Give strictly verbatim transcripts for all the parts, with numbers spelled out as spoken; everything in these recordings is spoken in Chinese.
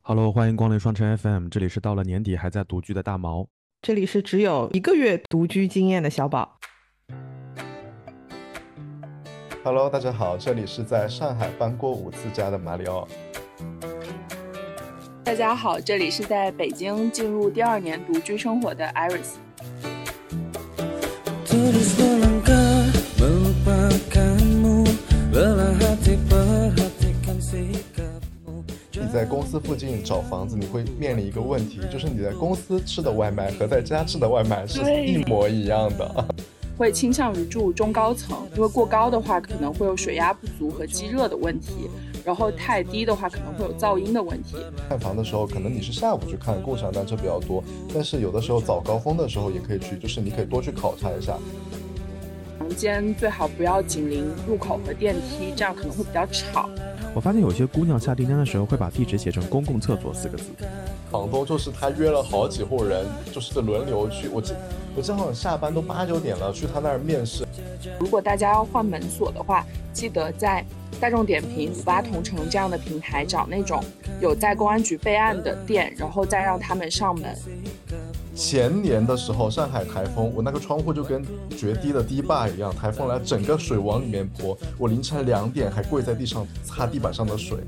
Hello，欢迎光临双城 F M，这里是到了年底还在独居的大毛。 这里是只有一个月独居经验的小宝。 Hello，大家好，这里是在上海搬过五次家的马里奥。 大家好，这里是在北京进入第二年独居生活的 Iris。 你在公司附近找房子，你会面临一个问题，就是你在公司吃的外卖和在家吃的外卖是一模一样的。 会倾向于住中高层，因为过高的话可能会有水压不足和积热的问题，然后太低的话可能会有噪音的问题。 看房的时候，可能你是下午去看，共享单车比较多，但是有的时候早高峰的时候也可以去，就是你可以多去考察一下。 房间最好不要紧邻入口和电梯，这样可能会比较吵。 我发现有些姑娘下订单的时候会把地址写成公共厕所四个字。 房东就是他约了好几户人，就是轮流去。我记我正好下班都八九点了，去他那儿面试。 如果大家要换门锁的话，记得在大众点评、五八同城这样的平台找那种有在公安局备案的店，然后再让他们上门。 前年的时候，上海台风，我那个窗户就跟决堤的堤坝一样，台风来，整个水往里面泼。我凌晨两点还跪在地上擦地板上的水。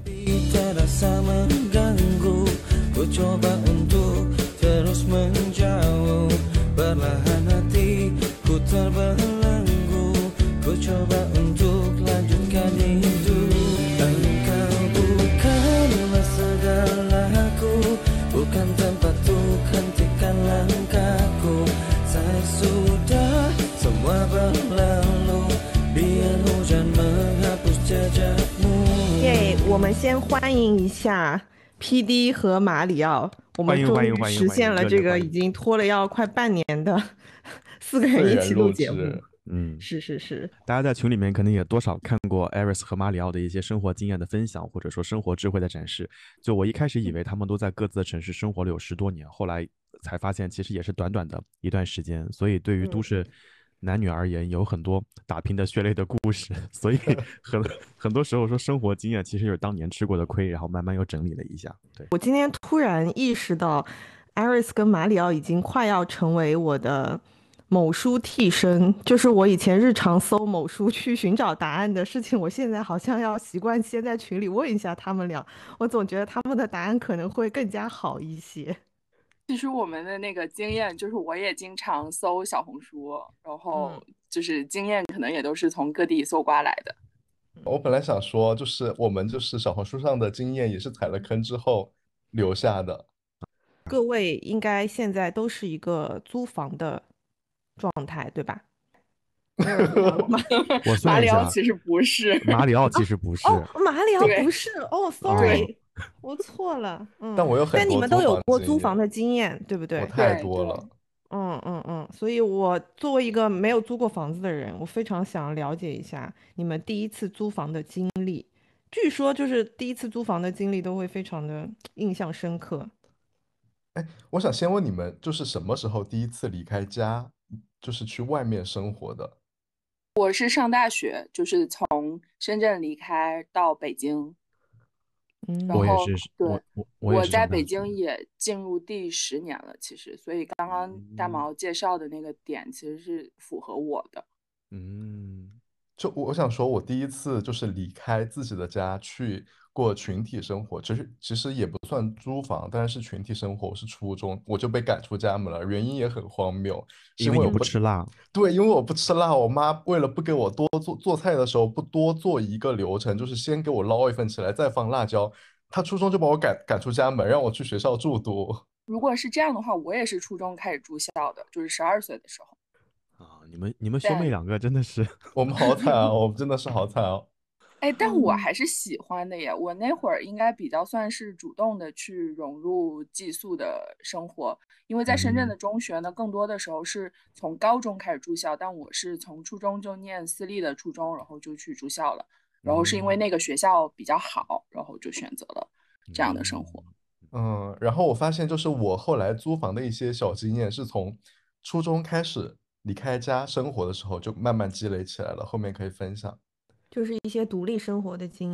耶！我们先欢迎一下 P D 和马里奥，我们终于实现了这个已经拖了要快半年的四个人一起录节目。 嗯， 是是是。 大家在群里面可能也多少看过 Iris 和马里奥的一些生活经验的分享，或者说生活智慧的展示。就我一开始以为他们都在各自的城市生活了有十多年，后来才发现其实也是短短的一段时间。所以对于都市男女而言，有很多打拼的血泪的故事。所以很很多时候说生活经验其实就是当年吃过的亏，然后慢慢又整理了一下。对， 我今天突然意识到 Iris 跟马里奥已经快要成为我的某书替身，就是我以前日常搜某书去寻找答案的事情，我现在好像要习惯先在群里问一下他们俩，我总觉得他们的答案可能会更加好一些。 其实我们的那个经验就是，我也经常搜小红书，然后就是经验可能也都是从各地搜刮来的。 我本来想说，就是我们就是小红书上的经验也是踩了坑之后留下的。 各位应该现在都是一个租房的状态，对吧？没有人回答我吗？ 我算马一下， 里奥其实不是， 马里奥其实不是。 哦，马里奥不是哦，sorry，我错了。嗯， 但我有很多但你们都有过租租房的经验，对不对？ 我太多了。 嗯嗯嗯，所以我作为一个没有租过房子的人，我非常想了解一下你们第一次租房的经历。据说就是第一次租房的经历都会非常的印象深刻。 哎，我想先问你们，就是什么时候第一次离开家，就是去外面生活的？ 我是上大学，就是从深圳离开到北京，然嗯， 后我也是，我对， 我我也我是上大学。 在北京也进入第十年了，其实，所以刚刚大嗯毛介绍的那个点其实是符合我的。 嗯， 就我想说，我第一次就是离开自己的家去过群体生活，其实其实也不算租房，但是群体生活。我是初中我就被赶出家门了，原因也很荒谬，是因为你因为我不不吃辣。 对，因为我不吃辣，我妈为了不给我多做做菜的时候不多做一个流程，就是先给我捞一份起来，再放辣椒。她初中就把我赶赶出家门，让我去学校住读。 如果是这样的话，我也是初中开始住校的，就是十二岁的时候。 啊！你们你们兄妹但两个真的是。 我们好惨啊，我们真的是好惨哦。 哎，但我嗯还是喜欢的耶。我那会儿应该比较算是主动的去融入寄宿的生活，因为在深圳嗯的中学呢，更多的时候是从高中开始住校，但我是从初中就念私立的初中，然后就去住校了。然后是因为嗯那个学校比较好，然后就选择了这样的生活。 嗯嗯，然后我发现，就是我后来租房的一些小经验，是从初中开始离开家生活的时候，就慢慢积累起来了，后面可以分享。 就是一些独立生活的经验。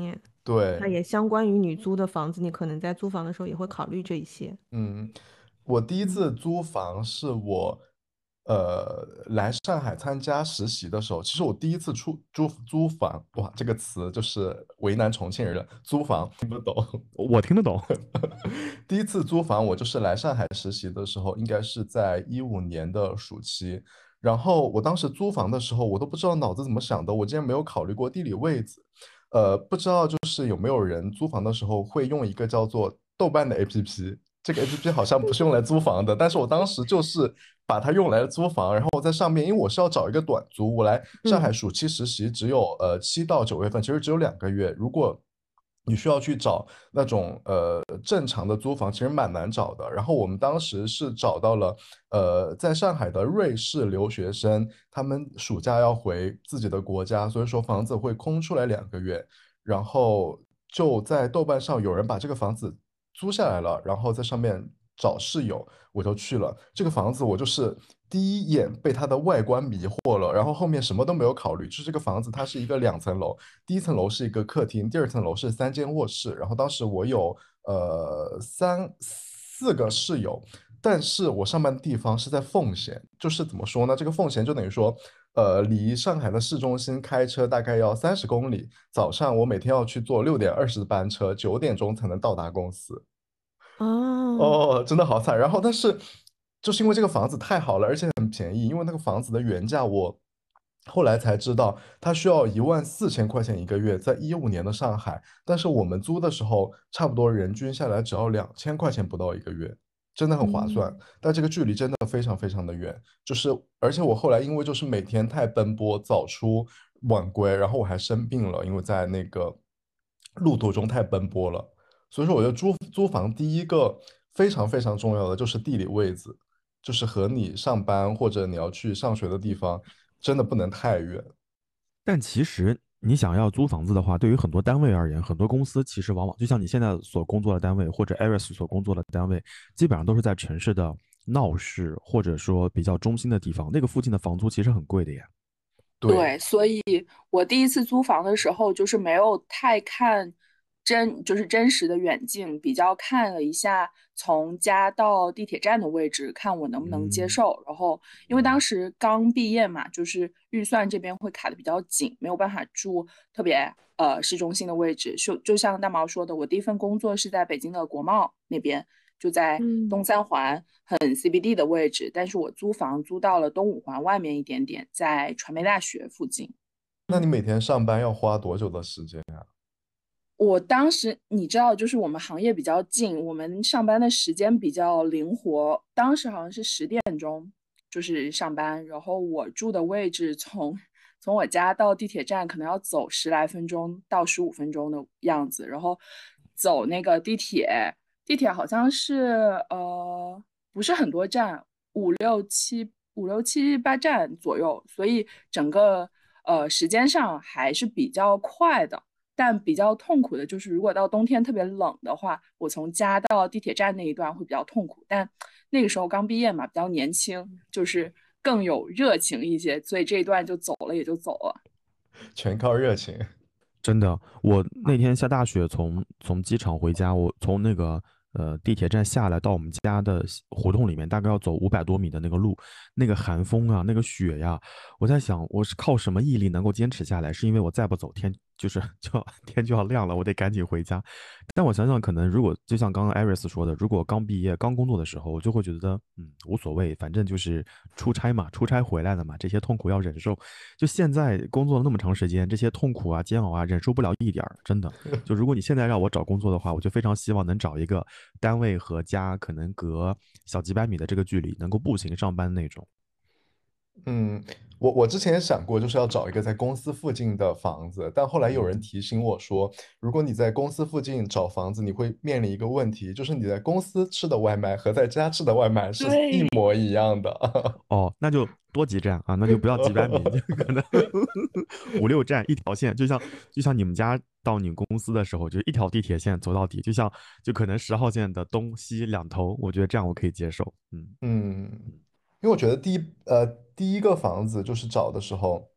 对， 它也相关于你租的房子，你可能在租房的时候也会考虑这一些。 嗯，我第一嗯次租房是我，呃，来上海参加实习的时候。其实我第一次出租租房，哇，这个词就是为难重庆人了。租房听不懂。 我听得懂。 第一次租房，我就是来上海实习的时候，应该是在一五年的暑期。然后我当时租房的时候，我都不知道脑子怎么想的，我竟然没有考虑过地理位置。呃，不知道就是有没有人租房的时候会用一个叫做豆瓣的 A P P。这个 A P P 好像不是用来租房的，但是我当时就是把它用来租房，然后我在上面，因为我是要找一个短租，我来上海嗯暑期实习只有呃七到九月份，其实只有两个月。如果你需要去找那种呃正常的租房，其实蛮难找的。然后我们当时是找到了呃在上海的瑞士留学生，他们暑假要回自己的国家，所以说房子会空出来两个月。然后就在豆瓣上有人把这个房子租下来了，然后在上面找室友，我就去了。这个房子我就是第一眼被它的外观迷惑了，然后后面什么都没有考虑。就是这个房子它是一个两层楼，第一层楼是一个客厅，第二层楼是三间卧室。然后当时我有呃三四个室友，但是我上班的地方是在奉贤，就是怎么说呢？这个奉贤就等于说，呃，离上海的市中心开车大概要三十公里。早上我每天要去坐六点二十的班车，九点钟才能到达公司。 啊， 哦，真的好惨。然后，但是就是因为这个房子太好了，而且很便宜，因为那个房子的原价我后来才知道，它需要一万四千块钱一个月，在一五年的上海，但是我们租的时候，差不多人均下来只要两千块钱不到一个月，真的很划算。 嗯但这个距离真的非常非常的远，就是而且我后来因为就是每天太奔波，早出晚归，然后我还生病了，因为在那个路途中太奔波了。所以说，我觉得租租房第一个非常非常重要的就是地理位置，就是和你上班或者你要去上学的地方真的不能太远。 但其实你想要租房子的话，对于很多单位而言，很多公司其实往往就像你现在所工作的单位，或者 Aris 所工作的单位，基本上都是在城市的闹市或者说比较中心的地方，那个附近的房租其实很贵的呀。 对， 对，所以我第一次租房的时候，就是没有太看真，就是真实的远近，比较看了一下从家到地铁站的位置，看我能不能接嗯， 受。然后，因为当时刚毕业嘛，就是预算这边会卡的比较紧，没有办法住特别呃市中心的位置。就就像大毛说的，我第一份工作是在北京的国贸那边，就在嗯。 东三环很 C B D 的位置，但是我租房租到了东五环外面一点点，在传媒大学附近。 那你每天上班要花多久的时间啊？ 我当时你知道，就是我们行业比较近，我们上班的时间比较灵活。当时好像是十点钟就是上班，然后我住的位置从从我家到地铁站可能要走十来分钟到十五分钟的样子，然后走那个地铁，地铁好像是呃不是很多站，五六七五六七八站左右，所以整个呃时间上还是比较快的。但比较痛苦的就是，如果到冬天特别冷的话，我从家到地铁站那一段会比较痛苦。但那个时候刚毕业嘛，比较年轻，就是更有热情一些，所以这一段就走了也就走了。 全靠热情。 真的，我那天下大雪从从机场回家，我从那个呃地铁站下来到我们家的胡同里面，大概要走五百多米的那个路，那个寒风啊，那个雪呀，我在想我是靠什么毅力能够坚持下来？是因为我再不走天就是就要天就要亮了，我得赶紧回家。但我想想，可能如果就像刚刚艾瑞斯说的，如果刚毕业刚工作的时候，我就会觉得嗯无所谓，反正就是出差嘛，出差回来了嘛，这些痛苦要忍受。就现在工作了那么长时间，这些痛苦啊、煎熬啊，忍受不了一点儿，真的。就如果你现在让我找工作的话，我就非常希望能找一个单位和家可能隔小几百米的这个距离，能够步行上班那种。 嗯，我我之前想过，就是要找一个在公司附近的房子，但后来有人嗯， 提醒我说，如果你在公司附近找房子，你会面临一个问题，就是你在公司吃的外卖和在家吃的外卖是一对， 模一样的。 哦，那就多几站啊，那就不要几百米，就可能五六站一条线，就像就像你们家到你公司的时候，就是一条地铁线走到底，就像就可能十号线的东西两头，我觉得这样我可以接受。嗯嗯，因为我觉得第一呃第一个房子就是找的时候，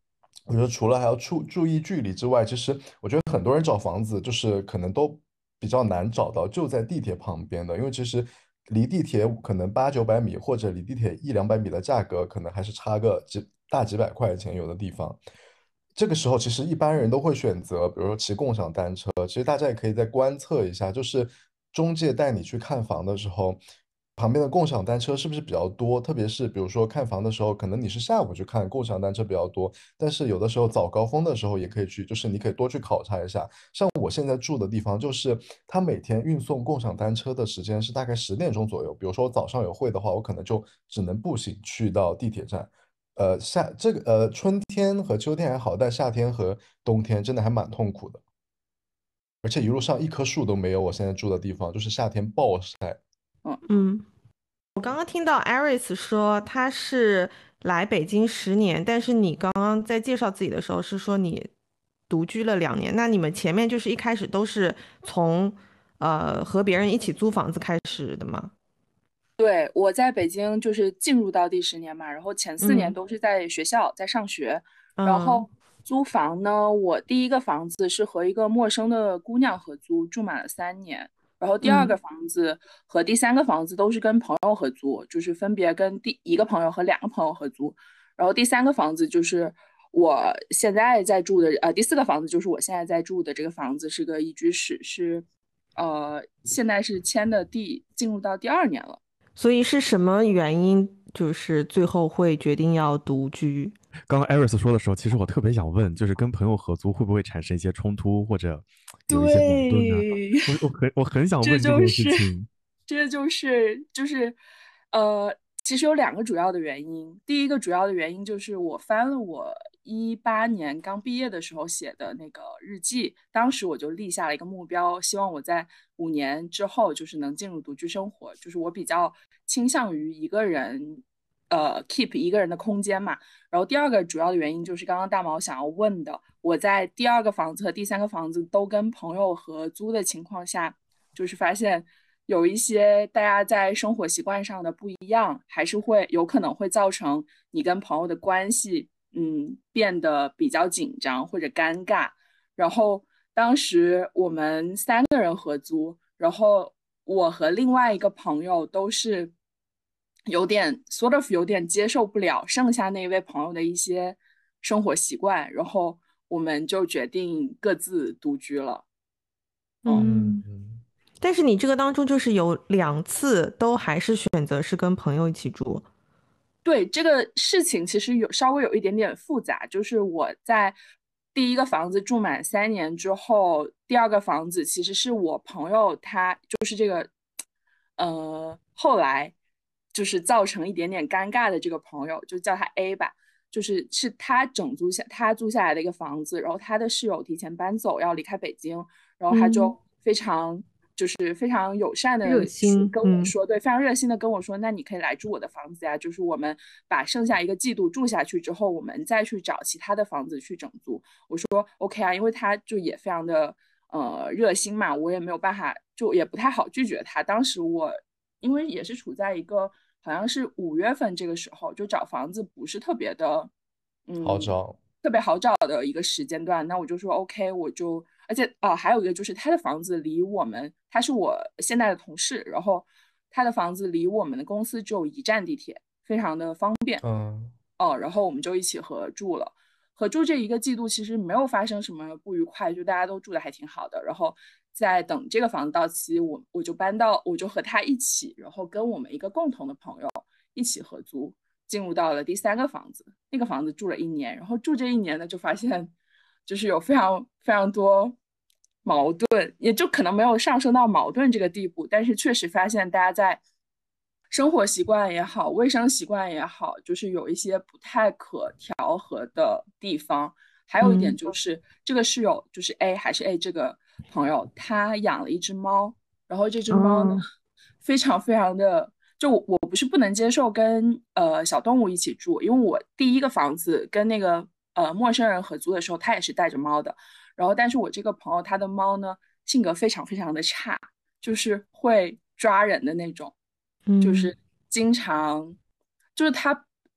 我觉得除了还要注注意距离之外，其实我觉得很多人找房子就是可能都比较难找到就在地铁旁边的，因为其实离地铁可能八九百米或者离地铁一两百米的价格，可能还是差个几大几百块钱，有的地方。这个时候，其实一般人都会选择，比如说骑共享单车。其实大家也可以再观测一下，就是中介带你去看房的时候，旁边的共享单车是不是比较多？特别是比如说看房的时候，可能你是下午去看，共享单车比较多，但是有的时候早高峰的时候也可以去，就是你可以多去考察一下。像我现在住的地方，就是它每天运送共享单车的时间是大概十点钟左右。比如说我早上有会的话，我可能就只能步行去到地铁站。呃，夏这个呃，春天和秋天还好，但夏天和冬天真的还蛮痛苦的，而且一路上一棵树都没有。我现在住的地方就是夏天暴晒。 嗯，我刚刚听到 Aris 说他是来北京十年，但是你刚刚在介绍自己的时候是说你独居了两年，那你们前面就是一开始都是从呃和别人一起租房子开始的吗？ 对，我在北京就是进入到第十年嘛，然后前四年嗯都是在学校在上学，然嗯后租房呢，我第一个房子是和一个陌生的姑娘合租，住满了三年，然后第二个嗯房子和第三个房子都是跟朋友合租，就是分别跟第一个朋友和两个朋友合租，然后第三个房子就是我现在在住的，呃，第四个房子就是我现在在住的这个房子是个一居室，是呃现在是签的第进入到第二年了。 所以是什么原因，就是最后会决定要独居？ 刚刚 Eris 说的时候，其实我特别想问，就是跟朋友合租会不会产生一些冲突或者有一些矛盾呢？ 对， 我我很我很想这问这件事就是， 情。 这就是就是，呃，其实有两个主要的原因。第一个主要的原因就是我翻了我一八年刚毕业的时候写的那个日记，当时我就立下了一个目标，希望我在五年之后就是能进入独居生活，就是我比较倾向于一个人，呃，keep 一个人的空间嘛。然后第二个主要的原因就是刚刚大毛想要问的，我在第二个房子和第三个房子都跟朋友合租的情况下，就是发现有一些大家在生活习惯上的不一样，还是会有可能会造成你跟朋友的关系，嗯，变得比较紧张或者尴尬。然后当时我们三个人合租，然后我和另外一个朋友都是有点 sort of 有点接受不了剩下那位朋友的一些生活习惯，然后我们就决定各自独居了。嗯， 嗯， 嗯， 但是你这个当中就是有两次都还是选择是跟朋友一起住。 对，这个事情其实有稍微有一点点复杂，就是我在第一个房子住满三年之后，第二个房子其实是我朋友他就是这个，呃，后来就是造成一点点尴尬的这个朋友，就叫他 A 吧，就是是他整租下他租下来的一个房子，然后他的室友提前搬走要离开北京，然后他嗯， 就非常就是非常友善的热心，嗯跟我说，对，非常热心的跟我说，那你可以来住我的房子呀，就是我们把剩下一个季度住下去之后，我们再去找其他的房子去整租。我说 OK 啊，因为他就也非常的呃热心嘛，我也没有办法，就也不太好拒绝他。当时我因为也是处在一个好像是五月份这个时候，就找房子不是特别的，嗯， 好找。 特别好找的一个时间段，那我就说 OK，我就，而且啊、呃还有一个就是他的房子离我们，他是我现在的同事，然后他的房子离我们的公司只有一站地铁，非常的方便。 嗯， 哦，然后我们就一起合住了。合住这一个季度其实没有发生什么不愉快，就大家都住的还挺好的。然后在等这个房子到期，我我就搬到，我就和他一起，然后跟我们一个共同的朋友一起合租，进入到了第三个房子。那个房子住了一年，然后住这一年呢，就发现就是有非常非常多矛盾，也就可能没有上升到矛盾这个地步，但是确实发现大家在生活习惯也好，卫生习惯也好，就是有一些不太可调和的地方。还有一点嗯就是这个室友就是 A 还是 A 这个朋友，他养了一只猫，然后这只猫呢， 嗯非常非常的，就我我不是不能接受跟呃小动物一起住，因为我第一个房子跟那个呃陌生人合租的时候，他也是带着猫的，然后但是我这个朋友他的猫呢性格非常非常的差，就是会抓人的那种，就嗯是经常就是他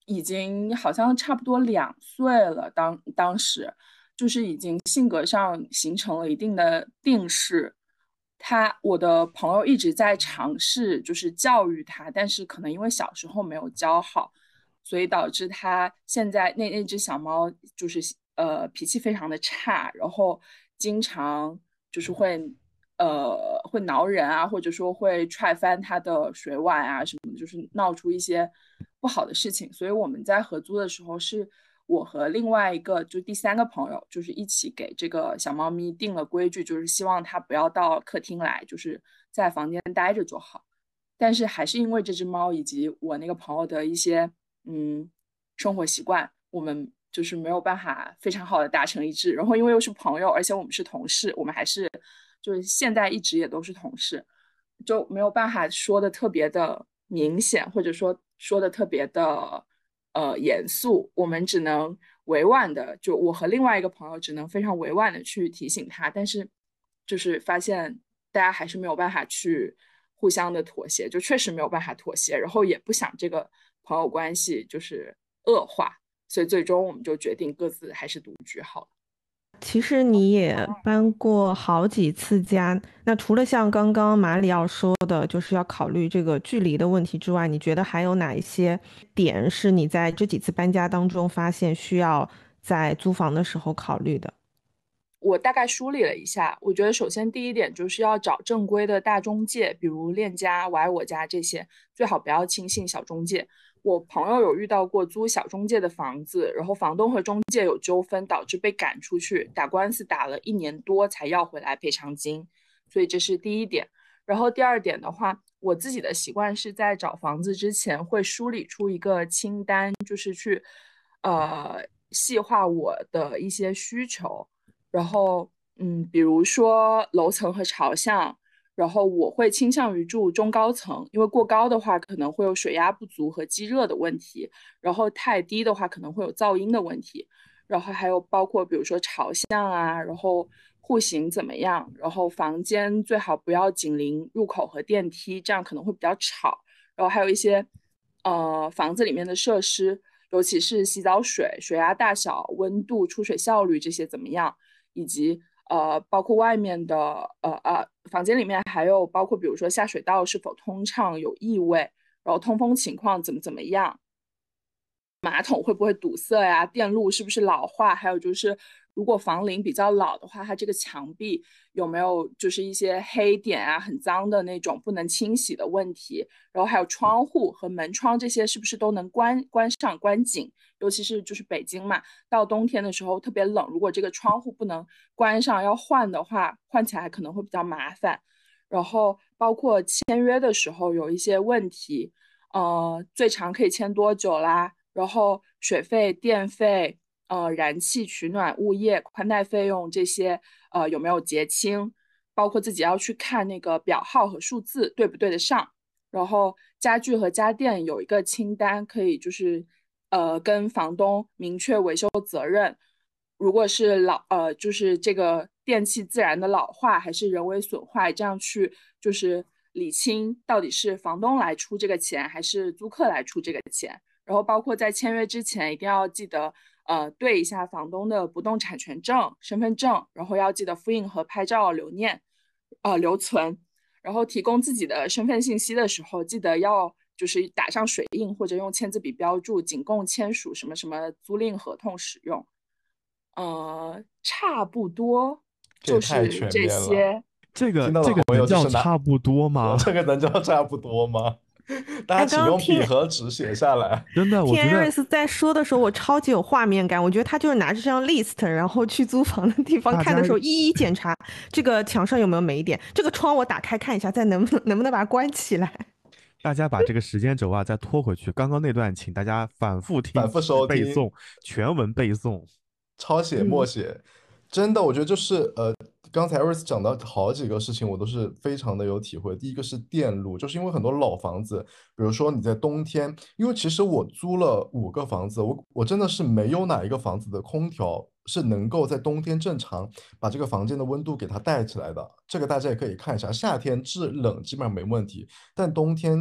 已经好像差不多两岁了，当当时就是已经性格上形成了一定的定势。他我的朋友一直在尝试就是教育他，但是可能因为小时候没有教好，所以导致他现在那那只小猫就是呃脾气非常的差，然后经常就是会呃会挠人啊，或者说会踹翻他的水碗啊什么的，就是闹出一些不好的事情。所以我们在合租的时候，是我和另外一个就第三个朋友，就是一起给这个小猫咪定了规矩，就是希望它不要到客厅来，就是在房间待着就好。但是还是因为这只猫以及我那个朋友的一些嗯生活习惯，我们就是没有办法非常好的达成一致。然后因为又是朋友，而且我们是同事，我们还是就是现在一直也都是同事，就没有办法说的特别的明显，或者说说的特别的呃严肃。我们只能委婉的，就我和另外一个朋友只能非常委婉的去提醒他，但是就是发现大家还是没有办法去互相的妥协，就确实没有办法妥协，然后也不想这个朋友关系就是恶化，所以最终我们就决定各自还是独居好了。 其实你也搬过好几次家，那除了像刚刚马里奥说的，就是要考虑这个距离的问题之外，你觉得还有哪一些点是你在这几次搬家当中发现需要在租房的时候考虑的？ 我大概梳理了一下，我觉得首先第一点就是要找正规的大中介，比如链家、我爱我家这些，最好不要轻信小中介。我朋友有遇到过租小中介的房子，然后房东和中介有纠纷，导致被赶出去，打官司打了一年多才要回来赔偿金，所以这是第一点。然后第二点的话，我自己的习惯是在找房子之前会梳理出一个清单，就是去呃细化我的一些需求。然后，嗯，比如说楼层和朝向，然后我会倾向于住中高层，因为过高的话可能会有水压不足和积热的问题，然后太低的话可能会有噪音的问题，然后还有包括比如说朝向啊，然后户型怎么样，然后房间最好不要紧邻入口和电梯，这样可能会比较吵，然后还有一些呃房子里面的设施，尤其是洗澡水、水压大小、温度、出水效率这些怎么样。以及呃，包括外面的呃呃房间里面还有包括比如说下水道是否通畅有异味，然后通风情况怎么怎么样，马桶会不会堵塞呀，电路是不是老化，还有就是如果房龄比较老的话，它这个墙壁有没有就是一些黑点啊，很脏的那种不能清洗的问题，然后还有窗户和门窗这些是不是都能关关上关紧，尤其是就是北京嘛，到冬天的时候特别冷，如果这个窗户不能关上要换的话，换起来可能会比较麻烦。然后包括签约的时候有一些问题，呃，最长可以签多久啦？然后水费、电费、呃，燃气、取暖、物业、宽带费用这些，呃，有没有结清？包括自己要去看那个表号和数字对不对得上。然后家具和家电有一个清单，可以就是呃跟房东明确维修责任。如果是老呃就是这个电器自然的老化还是人为损坏，这样去就是理清到底是房东来出这个钱还是租客来出这个钱。然后包括在签约之前一定要记得呃对一下房东的不动产权证、身份证，然后要记得复印和拍照留念，呃留存。然后提供自己的身份信息的时候，记得要就是打上水印或者用签字笔标注，仅供签署什么什么租赁合同使用。呃，差不多就这也太是这全面了。 些。 这个听到的这个能叫朋友就是拿， 差不多我吗？ 这个能叫差不多吗？大家哎， 请用笔刚刚听和纸写下来。 真的，我听觉得 Aris 在说的时候，我超级有画面感。我觉得他就是拿着这张 list，然后去租房的地方大家看的时候，一一检查这个墙上有没有霉点，这个窗我打开看一下，再能不能能不能把它关起来。 大家把这个时间轴啊再拖回去，刚刚那段请大家反复听、 反复收听， 背诵、全文背诵。 抄写默嗯， 写，真的，我觉得就是呃，刚才 Iris 讲到好几个事情，我都是非常的有体会。第一个是电路，就是因为很多老房子，比如说你在冬天，因为其实我租了五个房子，我我真的是没有哪一个房子的空调是能够在冬天正常把这个房间的温度给它带起来的。这个大家也可以看一下，夏天制冷基本上没问题，但冬天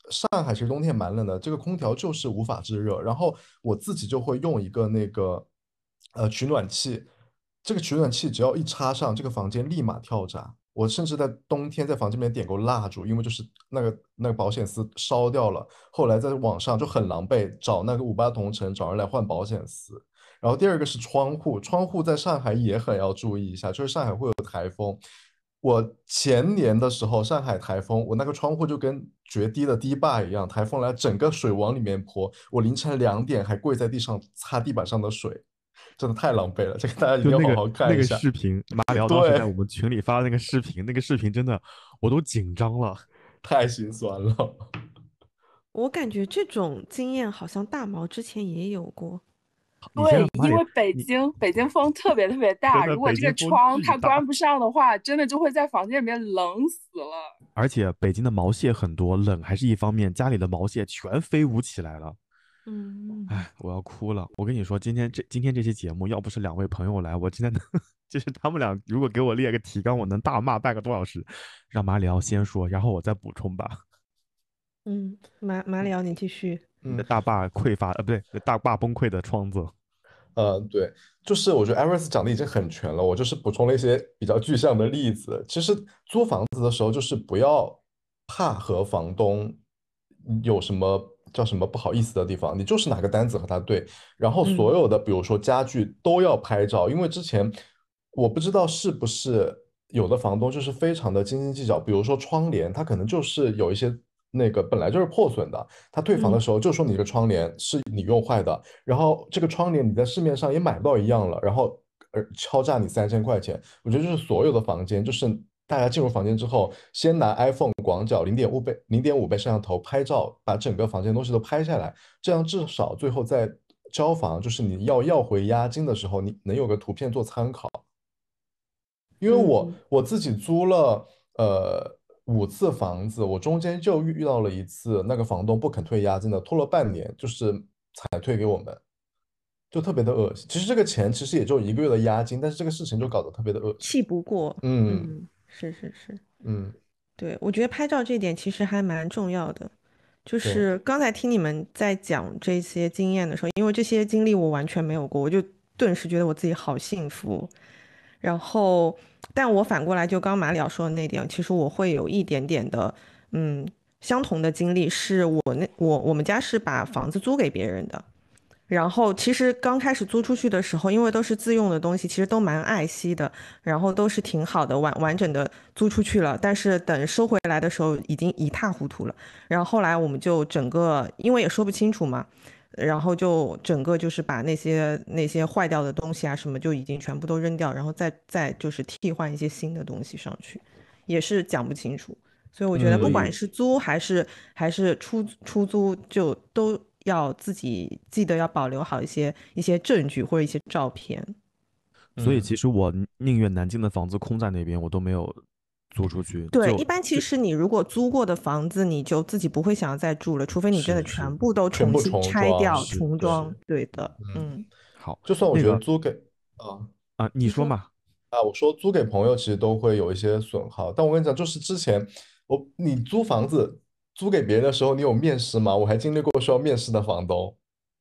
上海其实冬天蛮冷的，这个空调就是无法制热，然后我自己就会用一个那个呃取暖器，这个取暖器只要一插上，这个房间立马跳闸。我甚至在冬天在房间里面点过蜡烛，因为就是那个那个保险丝烧掉了，后来在网上就很狼狈找那个五八同城找人来换保险丝。然后第二个是窗户，窗户在上海也很要注意一下，就是上海会有台风。我前年的时候，上海台风，我那个窗户就跟决堤的堤坝一样，台风来整个水往里面泼，我凌晨两点还跪在地上擦地板上的水，真的太狼狈了，这个大家一定就那个要好好看那个一下。 视频，马里奥当时在我对， 们群里发的那个视频，那个视频真的我都紧张了。 太心酸了。 我感觉这种经验好像大毛之前也有过。 你先让对， 马里， 因为北你京北京风特别特别大， 真的如果这个北京风窗巨大， 它关不上的话，真的就会在房间里面冷死了。 而且北京的毛蟹很多，冷还是一方面，家里的毛蟹全飞舞起来了。 嗯， 哎，我要哭了！我跟你说，今天这今天这期节目，要不是两位朋友来，我今天能就是他们俩如果给我列个提纲，我能大骂半个多小时。让马里奥先说，然后我再补充吧。 嗯，马马里奥，你继续。 你的嗯， 大坝溃发，呃，不对，大坝崩溃的窗子。 呃，对，就是我觉得 Iris 讲的已经很全了，我就是补充了一些比较具象的例子。其实租房子的时候，就是不要怕和房东有什么叫什么不好意思的地方，你就是拿个单子和他对，然后所嗯有的比如说家具都要拍照，因为之前我不知道是不是有的房东就是非常的斤斤计较，比如说窗帘，他可能就是有一些那个本来就是破损的，他退房的嗯时候就说你这个窗帘是你用坏的。然后这个窗帘你在市面上也买不到一样了，然后呃敲诈你三千块钱。我觉得就是所有的房间，就是大家进入房间之后，先拿 iPhone 广角零点五倍零点五倍摄像头拍照，把整个房间东西都拍下来，这样至少最后在交房，就是你要要回押金的时候，你能有个图片做参考。因为我嗯， 我自己租了呃五次房子，我中间就遇遇到了一次那个房东不肯退押金的，拖了半年，就是才退给我们。就特别的恶心。其实这个钱其实也就一个月的押金，但是这个事情就搞得特别的恶心。 气不过。 嗯嗯，是是是。 嗯， 对，我觉得拍照这点其实还蛮重要的。就对， 是刚才听你们在讲这些经验的时候，因为这些经历我完全没有过，我就顿时觉得我自己好幸福。然后，但我反过来就刚马里奥说的那点，其实我会有一点点的，嗯，相同的经历，是我那我我们家是把房子租给别人的。然后其实刚开始租出去的时候，因为都是自用的东西，其实都蛮爱惜的，然后都是挺好的，完完整的租出去了。但是等收回来的时候，已经一塌糊涂了。然后后来我们就整个，因为也说不清楚嘛，然后就整个就是把那些那些坏掉的东西啊什么就已经全部都扔掉，然后再再就是替换一些新的东西上去，也是讲不清楚。所以我觉得不管嗯是租还是还是出出租，就都要自己记得要保留好一些一些证据或者一些照片。 所以嗯其实我宁愿南京的房子空在那边，我都没有租出去。 对， 就一般其就实你如果租过的房子，你就自己不会想要再住了，除非你真的是是全部都重新全部重拆掉装， 是重装。 是， 对的， 嗯， 嗯， 好， 就算我觉得那个租给啊啊，你你说。 说嘛。 啊，我说租给朋友其实都会有一些损耗，但我跟你讲，就是之前我你租房子租给别人的时候，你有面试吗？我还经历过需要面试的房东，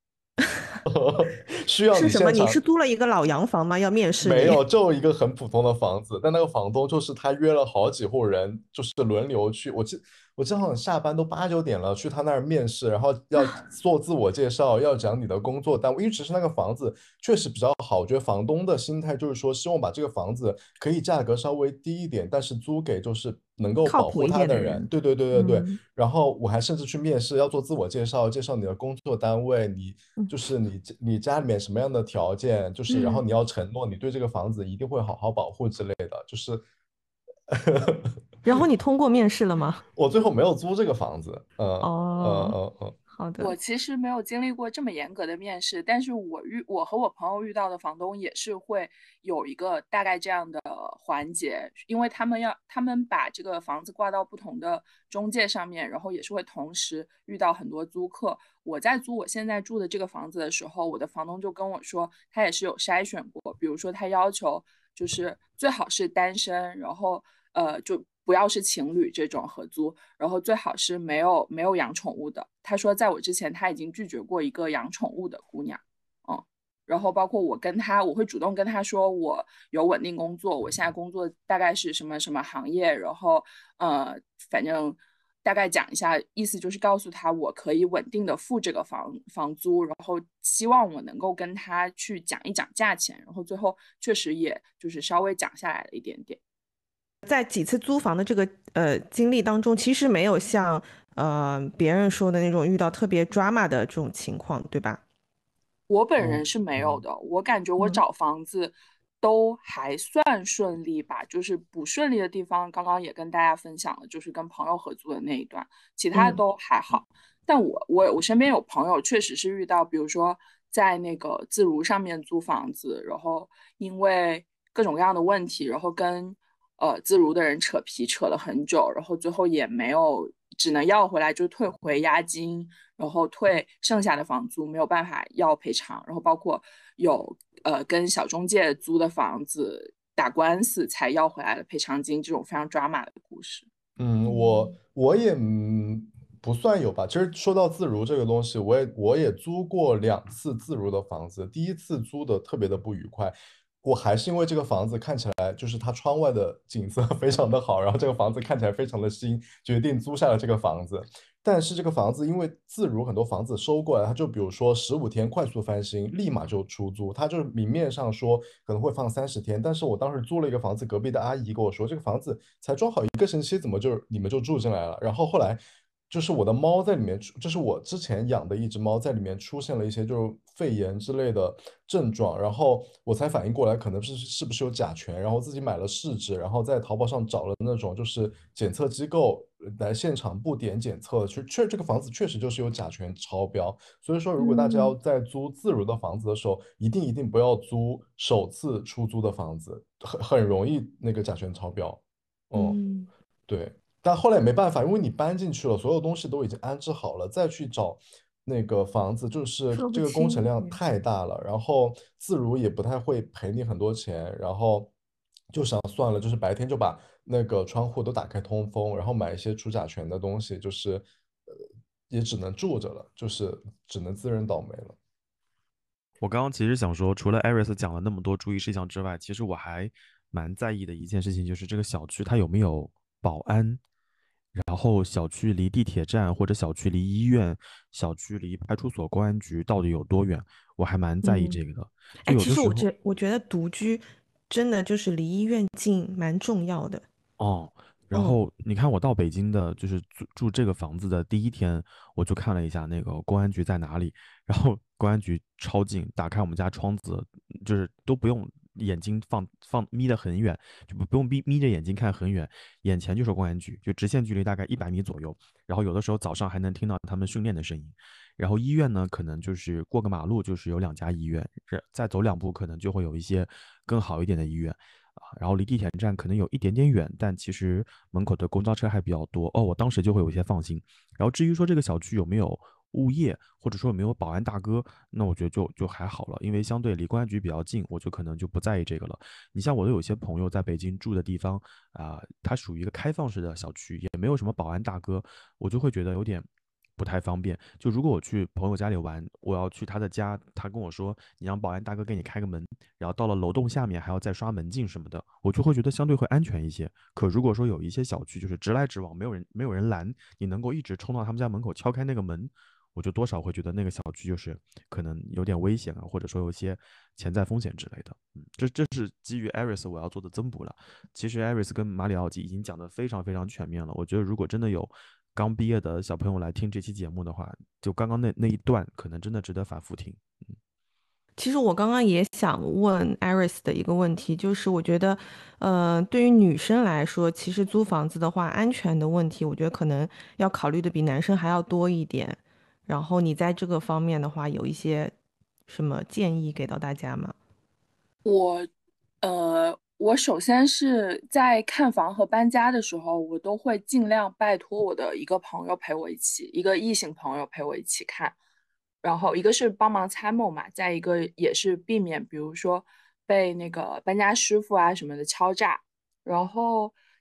需要是什么？你你现场是租了一个老洋房吗？要面试你？ 没有，就一个很普通的房子，但那个房东就是他约了好几户人，就是轮流去。我记我正好下班都八九点了，去他那儿面试，然后要做自我介绍，要讲你的工作单位。因为其实那个房子确实比较好，我觉得房东的心态就是说，希望把这个房子可以价格稍微低一点，但是租给就是能够保护靠谱一他的人。 点的人。 对对对对对。 嗯然后我还甚至去面试，要做自我介绍，介绍你的工作单位，你嗯就是你你家里面什么样的条件，就是然后嗯。 你要承诺你对这个房子一定会好好保护之类的，就是然后你通过面试了吗？ 我最后没有租这个房子，嗯嗯哦， 嗯嗯好的。 我其实没有经历过这么严格的面试，但是我遇我和我朋友遇到的房东也是会有一个大概这样的环节，因为他们要他们把这个房子挂到不同的中介上面，然后也是会同时遇到很多租客。我在租我现在住的这个房子的时候，我的房东就跟我说，他也是有筛选过，比如说他要求就是最好是单身，然后呃就不要是情侣这种合租，然后最好是没有没有养宠物的。他说在我之前他已经拒绝过一个养宠物的姑娘，嗯，然后包括我跟他，我会主动跟他说我有稳定工作，我现在工作大概是什么什么行业，然后呃，反正大概讲一下，意思就是告诉他我可以稳定的付这个房房租，然后希望我能够跟他去讲一讲价钱，然后最后确实也就是稍微讲下来了一点点。 在几次租房的这个呃经历当中，其实没有像呃别人说的那种遇到特别 drama 的这种情况，对吧？ 我本人嗯是没有嗯的，我感觉我嗯找房子都还算顺利吧，就是不顺利的地方，刚刚也跟大家分享了，就是跟朋友合租的那一段，其他嗯都还好。但我我我身边有朋友确实是遇到，比如说在那个自如上面租房子，然后因为各种各样的问题，然后跟呃自如的人扯皮扯了很久，然后最后也没有，只能要回来就退回押金，然后退剩下的房租，没有办法要赔偿，然后包括有呃跟小中介租的房子打官司才要回来的赔偿金，这种非常抓马的故事。 嗯，我嗯我也嗯不算有吧。其实说到自如这个东西，我也我也租过两次自如的房子。第一次租的特别的不愉快，我还是因为这个房子看起来就是它窗外的景色非常的好，然后这个房子看起来非常的新，决定租下了这个房子。但是这个房子因为自如很多房子收过来，它就比如说十五天快速翻新，立马就出租，它就是明面上说可能会放三十天，但是我当时租了一个房子，隔壁的阿姨跟我说，这个房子才装好一个星期，怎么就你们就住进来了？然后后来就是我的猫在里面出，就是我之前养的一只猫在里面出现了一些就是肺炎之类的症状，然后我才反应过来，可能是是不是有甲醛，然后自己买了试纸，然后在淘宝上找了那种就是检测机构来现场布点检测，确确这个房子确实就是有甲醛超标，所以说如果大家要嗯在租自如的房子的时候，一定一定不要租首次出租的房子，很很容易那个甲醛超标。嗯， 嗯， 对。但后来也没办法，因为你搬进去了，所有东西都已经安置好了，再去找那个房子，就是说不这个工程清， 量对。 太大了。然后自如也不太会赔你很多钱，然后就想算了，就是白天就把那个窗户都打开通风，然后买一些除甲醛的东西，就是呃也只能住着了，就是只能自认倒霉了。 我刚刚其实想说，除了 Aris 讲了那么多注意事项之外，其实我还蛮在意的一件事情，就是这个小区它有没有保安，然后小区离地铁站或者小区离医院、小区离派出所、公安局到底有多远，我还蛮在意嗯， 这个的。就哎， 有的时候， 其实我觉我觉得独居真的就是离医院近，蛮重要的。 哦，然嗯后你看我到北京的，就是住住这个房子的第一天，我就看了一下那个公安局在哪里，然后公安局超近，打开我们家窗子，就是都不用眼睛放放眯得很远，就不不用眯眯着眼睛看很远，眼前就是公安局，就直线距离大概一百米左右。然后有的时候早上还能听到他们训练的声音。然后医院呢，可能就是过个马路就是有两家医院，是再走两步可能就会有一些更好一点的医院。啊，然后离地铁站可能有一点点远，但其实门口的公交车还比较多哦，我当时就会有一些放心。然后至于说这个小区有没有物业，或者说有没有保安大哥，那我觉得就就还好了，因为相对离公安局比较近，我就可能就不在意这个了。你像我的有些朋友在北京住的地方啊、它属于一个开放式的小区，也没有什么保安大哥，我就会觉得有点不太方便。就如果我去朋友家里玩，我要去他的家，他跟我说你让保安大哥给你开个门，然后到了楼栋下面还要再刷门禁什么的，我就会觉得相对会安全一些。可如果说有一些小区就是直来直往，没有人没有人拦，你能够一直冲到他们家门口敲开那个门，我就多少会觉得那个小区就是可能有点危险啊，或者说有一些潜在风险之类的。嗯，这这是基于 Aris 我要做的增补了。其实 Aris 跟马里奥已经讲的非常非常全面了。我觉得如果真的有刚毕业的小朋友来听这期节目的话，就刚刚那那一段可能真的值得反复听。嗯。 其实我刚刚也想问 Iris 的一个问题，就是我觉得，呃，对于女生来说，其实租房子的话，安全的问题，我觉得可能要考虑的比男生还要多一点。然后你在这个方面的话，有一些什么建议给到大家吗？ 我，呃，我首先是在看房和搬家的时候，我都会尽量拜托我的一个朋友陪我一起，一个异性朋友陪我一起看。然后一个是帮忙参谋嘛，再一个也是避免，比如说被那个搬家师傅啊什么的敲诈。然后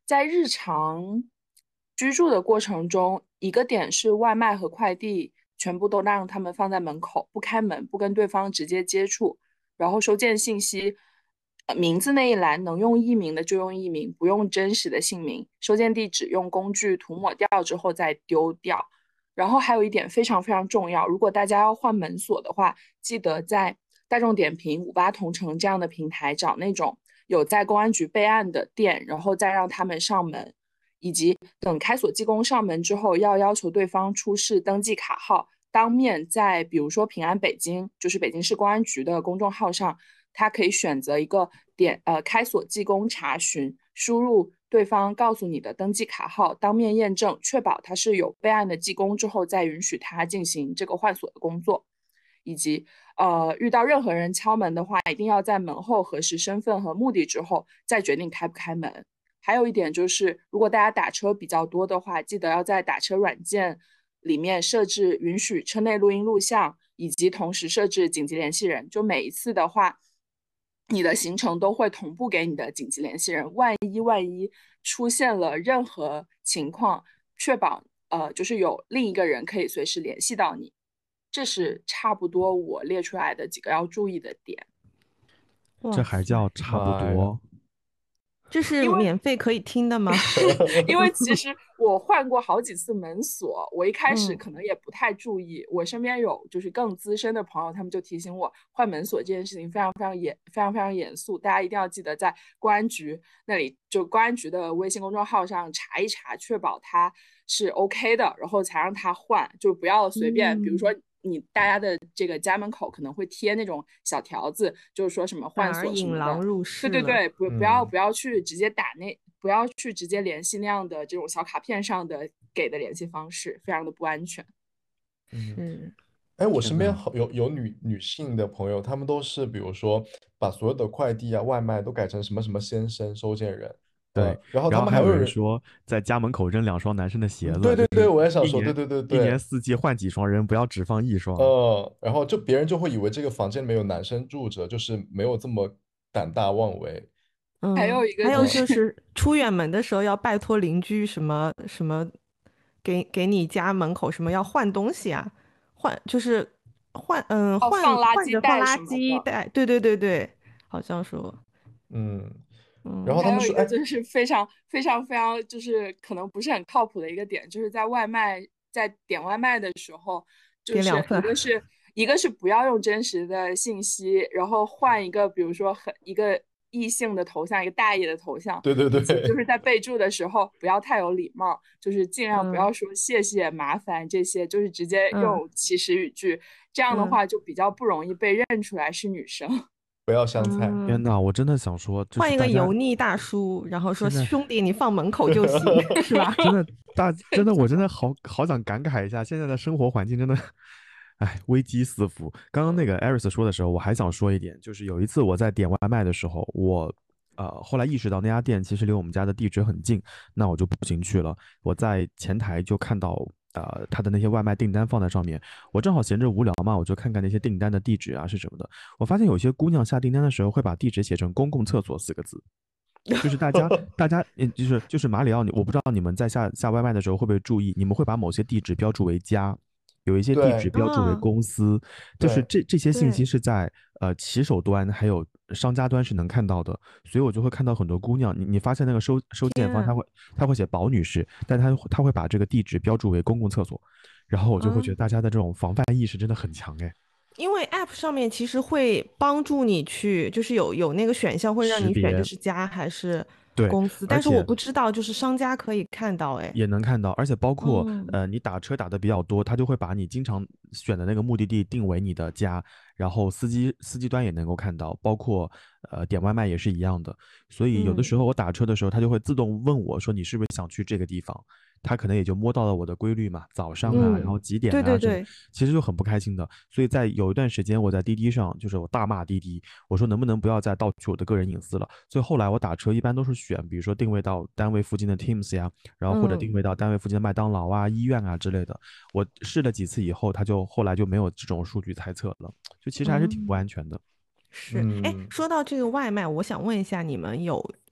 在日常居住的过程中，一个点是外卖和快递全部都让他们放在门口，不开门，不跟对方直接接触，然后收件信息，呃名字那一栏能用艺名的就用艺名，不用真实的姓名，收件地址用工具涂抹掉之后再丢掉。然后还有一点非常非常重要，如果大家要换门锁的话，记得在大众点评、五八同城这样的平台找那种有在公安局备案的店，然后再让他们上门，以及等开锁技工上门之后，要要求对方出示登记卡号，当面在比如说平安北京，就是北京市公安局的公众号上，他可以选择一个点呃开锁技工查询，输入对方告诉你的登记卡号，当面验证，确保他是有备案的技工之后，再允许他进行这个换锁的工作。以及呃遇到任何人敲门的话，一定要在门后核实身份和目的之后，再决定开不开门。还有一点就是，如果大家打车比较多的话，记得要在打车软件里面设置允许车内录音录像，以及同时设置紧急联系人。就每一次的话，你的行程都会同步给你的紧急联系人。万一万一出现了任何情况，确保呃就是有另一个人可以随时联系到你。这是差不多我列出来的几个要注意的点。 这还叫差不多？ 这是免费可以听的吗？ 因为其实我换过好几次门锁，我一开始可能也不太注意。嗯、我身边有就是更资深的朋友，他们就提醒我，换门锁这件事情非常非常严，非常非常严肃，大家一定要记得在公安局那里，就公安局的微信公众号上查一查，确保它是 OK 的，然后才让他换，就不要随便，嗯、比如说。你大家的这个家门口可能会贴那种小条子，就是说什么换锁什么的， 引狼入室。 对对对，不不要不要去直接打那，不要去直接联系那样的这种小卡片上的给的联系方式，非常的不安全。 是。 哎，我身边好有有女女性的朋友，她们都是比如说把所有的快递啊、外卖都改成什么什么先生收件人。 对， 呃、然后他们还有人说在家门口扔两双男生的鞋子。 对对对，我也想说， 对对对对， 一年四季换几双人，不要只放一双。 呃，然后就别人就会以为这个房间里面有男生住着，就是没有这么胆大妄为。 嗯， 还有一个、 就是，还有就是出远门的时候要拜托邻居什么什么给，给给你家门口什么要换东西啊，换就是换嗯换、 哦、 换着放垃圾袋，对对对对，好像说， 嗯。 嗯， 然后他们说， 还有一个就是非常非常非常就是可能不是很靠谱的一个点，就是在外卖在点外卖的时候，就是一个是一个是不要用真实的信息，然后换一个比如说很一个异性的头像，一个大爷的头像， 对对对， 就是在备注的时候不要太有礼貌，就是尽量不要说谢谢、麻烦这些，就是直接用祈使语句，嗯、这样的话就比较不容易被认出来是女生。 不要香菜。 嗯、 天哪，我真的想说， 换一个油腻大叔，然后说兄弟，你放门口就行，是吧？ 真的大，真的我真的好好想感慨一下，现在的生活环境真的，哎，危机四伏。刚刚那个 Aris 说的时候，我还想说一点，就是有一次我在点外卖的时候，我呃后来意识到那家店其实离我们家的地址很近，那我就步行去了。我在前台就看到。呃，他的那些外卖订单放在上面，我正好闲着无聊嘛，我就看看那些订单的地址啊是什么的。我发现有些姑娘下订单的时候会把地址写成公共厕所四个字，就是大家大家就是就是马里奥，我不知道你们在下下外卖的时候会不会注意，你们会把某些地址标注为家，有一些地址标注为公司，就是这这些信息是在呃骑手端还有商家端是能看到的，所以我就会看到很多姑娘，你你发现那个收收件方他会他会写宝女士，但他他会把这个地址标注为公共厕所，然后我就会觉得大家的这种防范意识真的很强哎。 因为 App 上面其实会帮助你去，就是有有那个选项会让你选，就是家还是公司，但是我不知道，就是商家可以看到，哎， 也能看到，而且包括、嗯、呃，你打车打的比较多，他就会把你经常选的那个目的地定为你的家，然后司机司机端也能够看到，包括呃点外卖也是一样的，所以有的时候我打车的时候，他就会自动问我说你是不是想去这个地方。他可能也就摸到了我的规律嘛，早上啊，嗯、然后几点啊， 对对对， 其实就很不开心的。所以在有一段时间，我在滴滴上，就是我大骂滴滴，我说能不能不要再盗取我的个人隐私了。所以后来我打车一般都是选，比如说定位到单位附近的 Teams 呀，然后或者定位到单位附近的麦当劳啊、嗯、医院啊之类的。我试了几次以后，他就后来就没有这种数据猜测了，就其实还是挺不安全的。 嗯、是，哎，说到这个外卖，我想问一下，你们有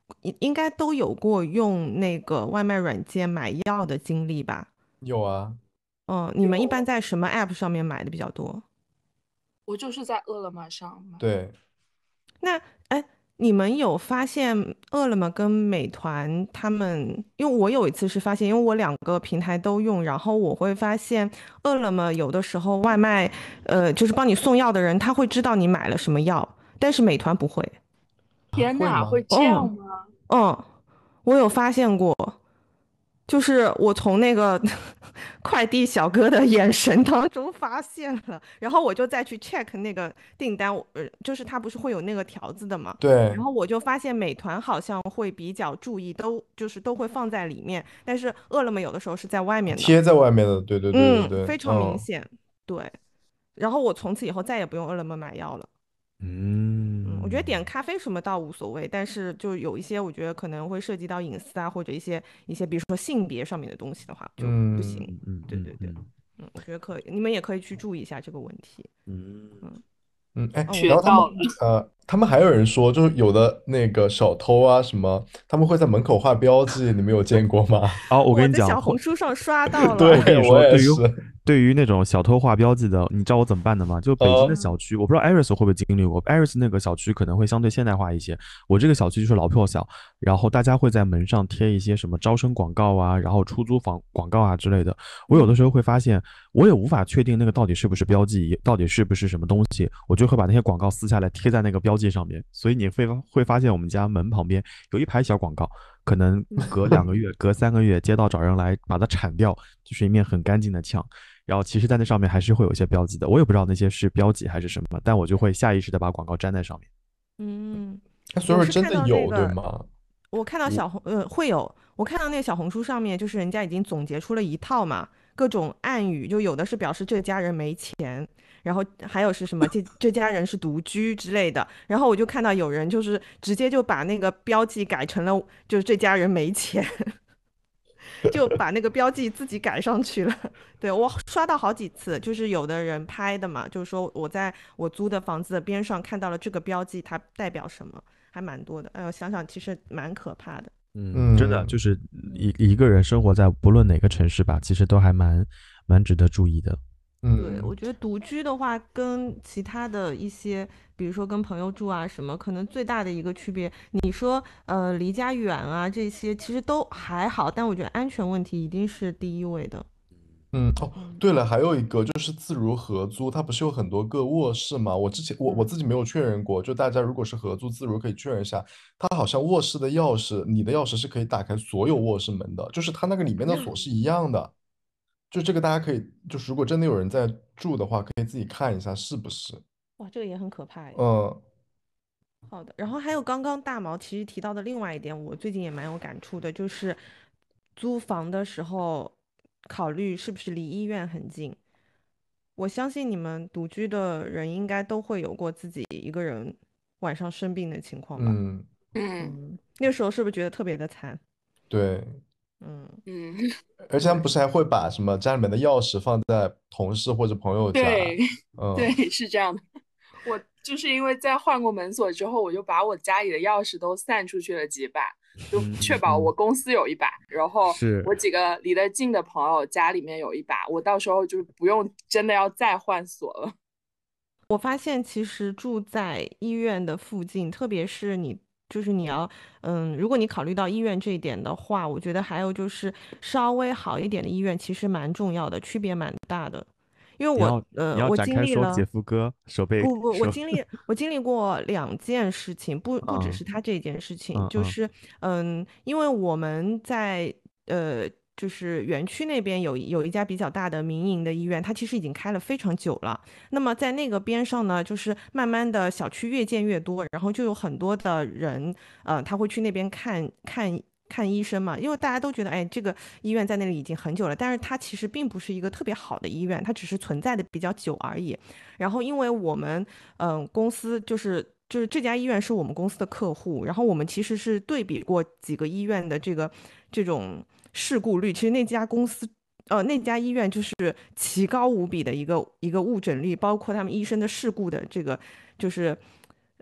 应应该都有过用那个外卖软件买药的经历吧？ 有啊。 嗯，你们一般有， 在什么 app 上面买的比较多？ 我就是在饿了么上买。 对。 那哎，你们有发现饿了么跟美团他们？因为我有一次是发现，因为我两个平台都用，然后我会发现饿了么有的时候外卖，呃，就是帮你送药的人他会知道你买了什么药，但是美团不会。 啊， 天呐， 会吗？ 会这样嗯吗？ 嗯，我有发现过。就是我从那个快递小哥的眼神当中发现了，然后我就再去 check 那个订单，我呃，就是他不是会有那个条子的嘛，然对， 后我就发现美团好像会比较注意，都就是都会放在里面，但是饿了么有的时候是在外面的， 贴在外面的，对对对对嗯， 对， 非常明嗯显，对。然后我从此以后再也不用饿了么买药了。嗯，我觉得点嗯咖啡什么倒无所谓，但是就有一些我觉得可能会涉及到隐私啊，或者一些一些比如说性别上面的东西的话就不行。 嗯嗯嗯对对对， 嗯嗯嗯，我觉得可以，你们也可以去注意一下这个问题。 嗯。 嗯， 嗯。哎， 哦，我然后他们学到了。 呃，他们还有人说，就是有的那个小偷啊什么，他们会在门口画标记，你们有见过吗？ 哦，我跟你讲， 我在小会红书上刷到了。 对，我我跟你说，对于也是。 对于那种小偷画标记的，你知道我怎么办的吗？就北京的呃， 嗯小区，我不知道 Iris 会不会经历过，Iris 那个小区可能会相对现代化一些。我这个小区就是老破小，然后大家会在门上贴一些什么招生广告啊，然后出租房广告啊之类的。我有的嗯， 时候会发现，我也无法确定那个到底是不是标记，到底是不是什么东西，我就会把那些广告撕下来贴在那个标记上面。所以你会会发现，我们家门旁边有一排小广告，可能隔两个月、隔三个月，街道找人来把它铲掉，就是一面很干净的墙。然后其实，在那上面还是会有一些标记的，我也不知道那些是标记还是什么，但我就会下意识的把广告粘在上面。 嗯， 那所有人我是看真的有，对到那个， 吗？ 我看到我小红呃会有，我看到那个小红书上面，就是人家已经总结出了一套嘛，各种暗语，就有的是表示这家人没钱，然后还有是什么这这家人是独居之类的，然后我就看到有人就是直接就把那个标记改成了就是这家人没钱，就把那个标记自己改上去了。对，我刷到好几次，就是有的人拍的嘛，就是说我在我租的房子的边上看到了这个标记，它代表什么，还蛮多的。哎呦，想想其实蛮可怕的。 嗯，真的嗯就是一一个人生活在不论哪个城市吧，其实都还蛮蛮值得注意的。 对， 嗯我觉得独居的话，跟其他的一些，比如说跟朋友住啊什么，可能最大的一个区别，你说呃离家远啊这些，其实都还好，但我觉得安全问题一定是第一位的。 嗯。哦， 嗯对了，还有一个就是自如合租，它不是有很多个卧室吗？我之前我我嗯自己没有确认过，就大家如果是合租自如可以确认一下，它好像卧室的钥匙，你的钥匙是可以打开所有卧室门的，就是它那个里面的锁是一样的。就这个大家可以，就是如果真的有人在住的话，可以自己看一下是不是。 哇，这个也很可怕哎。 嗯好的，然后还有刚刚大毛其实提到的另外一点，我最近也蛮有感触的，就是租房的时候考虑是不是离医院很近。我相信你们独居的人应该都会有过自己一个人晚上生病的情况吧？ 嗯。 嗯嗯，那时候是不是觉得特别的惨？ 对。 嗯， 嗯， 而且他们对， 不是还会把什么家里面的钥匙放在同事或者朋友家。 对对， 嗯是这样的。我就是因为在换过门锁之后，我就把我家里的钥匙都散出去了几把，就嗯确嗯嗯， 保我公司有一把，然后是。 我几个离得近的朋友家里面有一把，我到时候就不用真的要再换锁了。 我发现其实住在医院的附近，特别是你，就是你要，嗯，如果你考虑到医院这一点的话，我觉得还有就是稍微好一点的医院其实蛮重要的，区别蛮大的。因为我， 你要你呃， 要我展开说经历了， 姐夫哥手背不不，我手。 经历我经历过两件事情，不不只嗯是他这件事情， 嗯嗯就是嗯，因为我们在呃就是园区那边有有一家比较大的民营的医院，它其实已经开了非常久了。那么在那个边上呢，就是慢慢的小区越建越多，然后就有很多的人，呃，他会去那边看看。看医生嘛，因为大家都觉得，哎，这个医院在那里已经很久了，但是它其实并不是一个特别好的医院，它只是存在的比较久而已。然后因为我们嗯、呃公司就是就是这家医院是我们公司的客户，然后我们其实是对比过几个医院的这个这种事故率，其实那家公司。呃，那家医院就是奇高无比的一个一个误诊率，包括他们医生的事故的这个，就是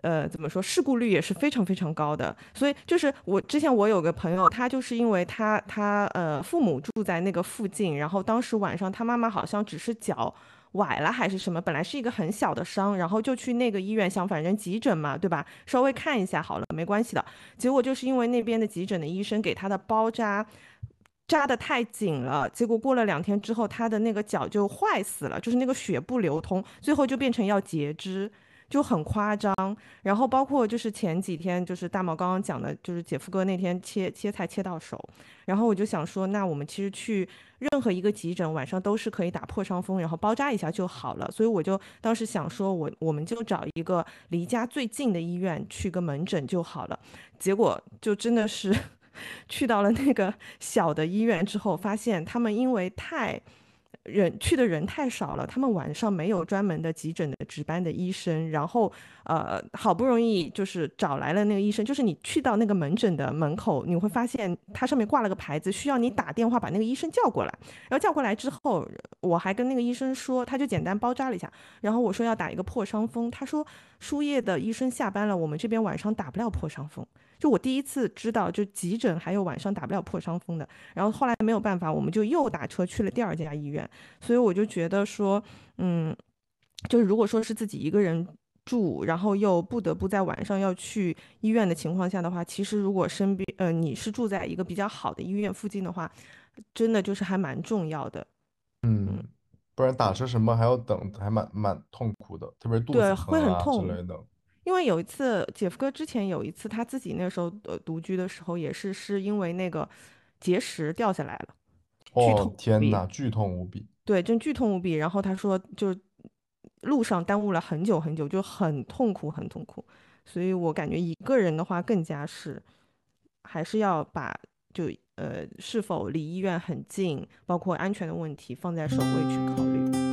呃，怎么说，事故率也是非常非常高的。所以就是我之前我有个朋友，他就是因为他他呃父母住在那个附近，然后当时晚上他妈妈好像只是脚崴了还是什么，本来是一个很小的伤，然后就去那个医院，想反正急诊嘛，对吧？稍微看一下好了，没关系的。结果就是因为那边的急诊的医生给他的包扎扎得太紧了，结果过了两天之后，他的那个脚就坏死了，就是那个血不流通，最后就变成要截肢。就很夸张。然后包括就是前几天，就是大毛刚刚讲的，就是姐夫哥那天切切菜切到手，然后我就想说，那我们其实去任何一个急诊晚上都是可以打破伤风，然后包扎一下就好了。所以我就当时想说我我们就找一个离家最近的医院去个门诊就好了。结果就真的是去到了那个小的医院之后，发现他们因为太人去的人太少了，他们晚上没有专门的急诊的值班的医生，然后呃好不容易就是找来了那个医生，就是你去到那个门诊的门口，你会发现它上面挂了个牌子，需要你打电话把那个医生叫过来。然后叫过来之后，我还跟那个医生说，他就简单包扎了一下，然后我说要打一个破伤风，他说输液的医生下班了，我们这边晚上打不了破伤风。就我第一次知道，就急诊还有晚上打不了破伤风的。然后后来没有办法，我们就又打车去了第二家医院。所以我就觉得说，嗯，就是如果说是自己一个人住，然后又不得不在晚上要去医院的情况下的话，其实如果身边呃你是住在一个比较好的医院附近的话，真的就是还蛮重要的。嗯， 嗯，不然打车什么还要等，还蛮蛮痛苦的，特别是肚子对，会疼啊之很痛。 类的。 因为有一次，姐夫哥之前有一次他自己那时候呃独居的时候，也是是因为那个结石掉下来了，剧痛哦， 无比。 天呐，剧痛无比。 对，真剧痛无比。然后他说，就路上耽误了很久很久，就很痛苦，很痛苦。所以我感觉一个人的话，更加是还是要把就呃是否离医院很近，包括安全的问题放在首位去考虑。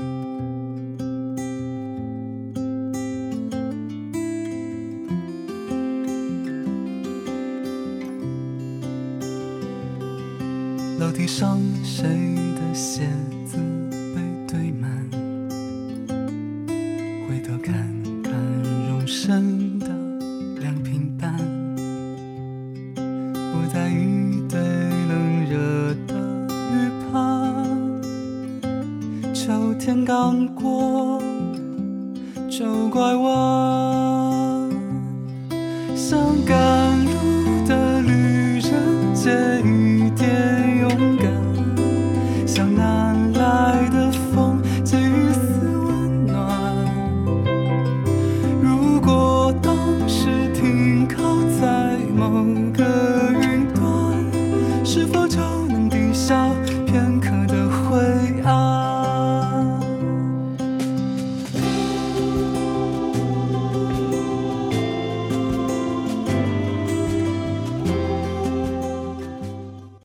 楼梯上谁的鞋子被堆满，回头看看容身的两平半，不在一堆冷热的预判。秋天刚过就拐弯，想赶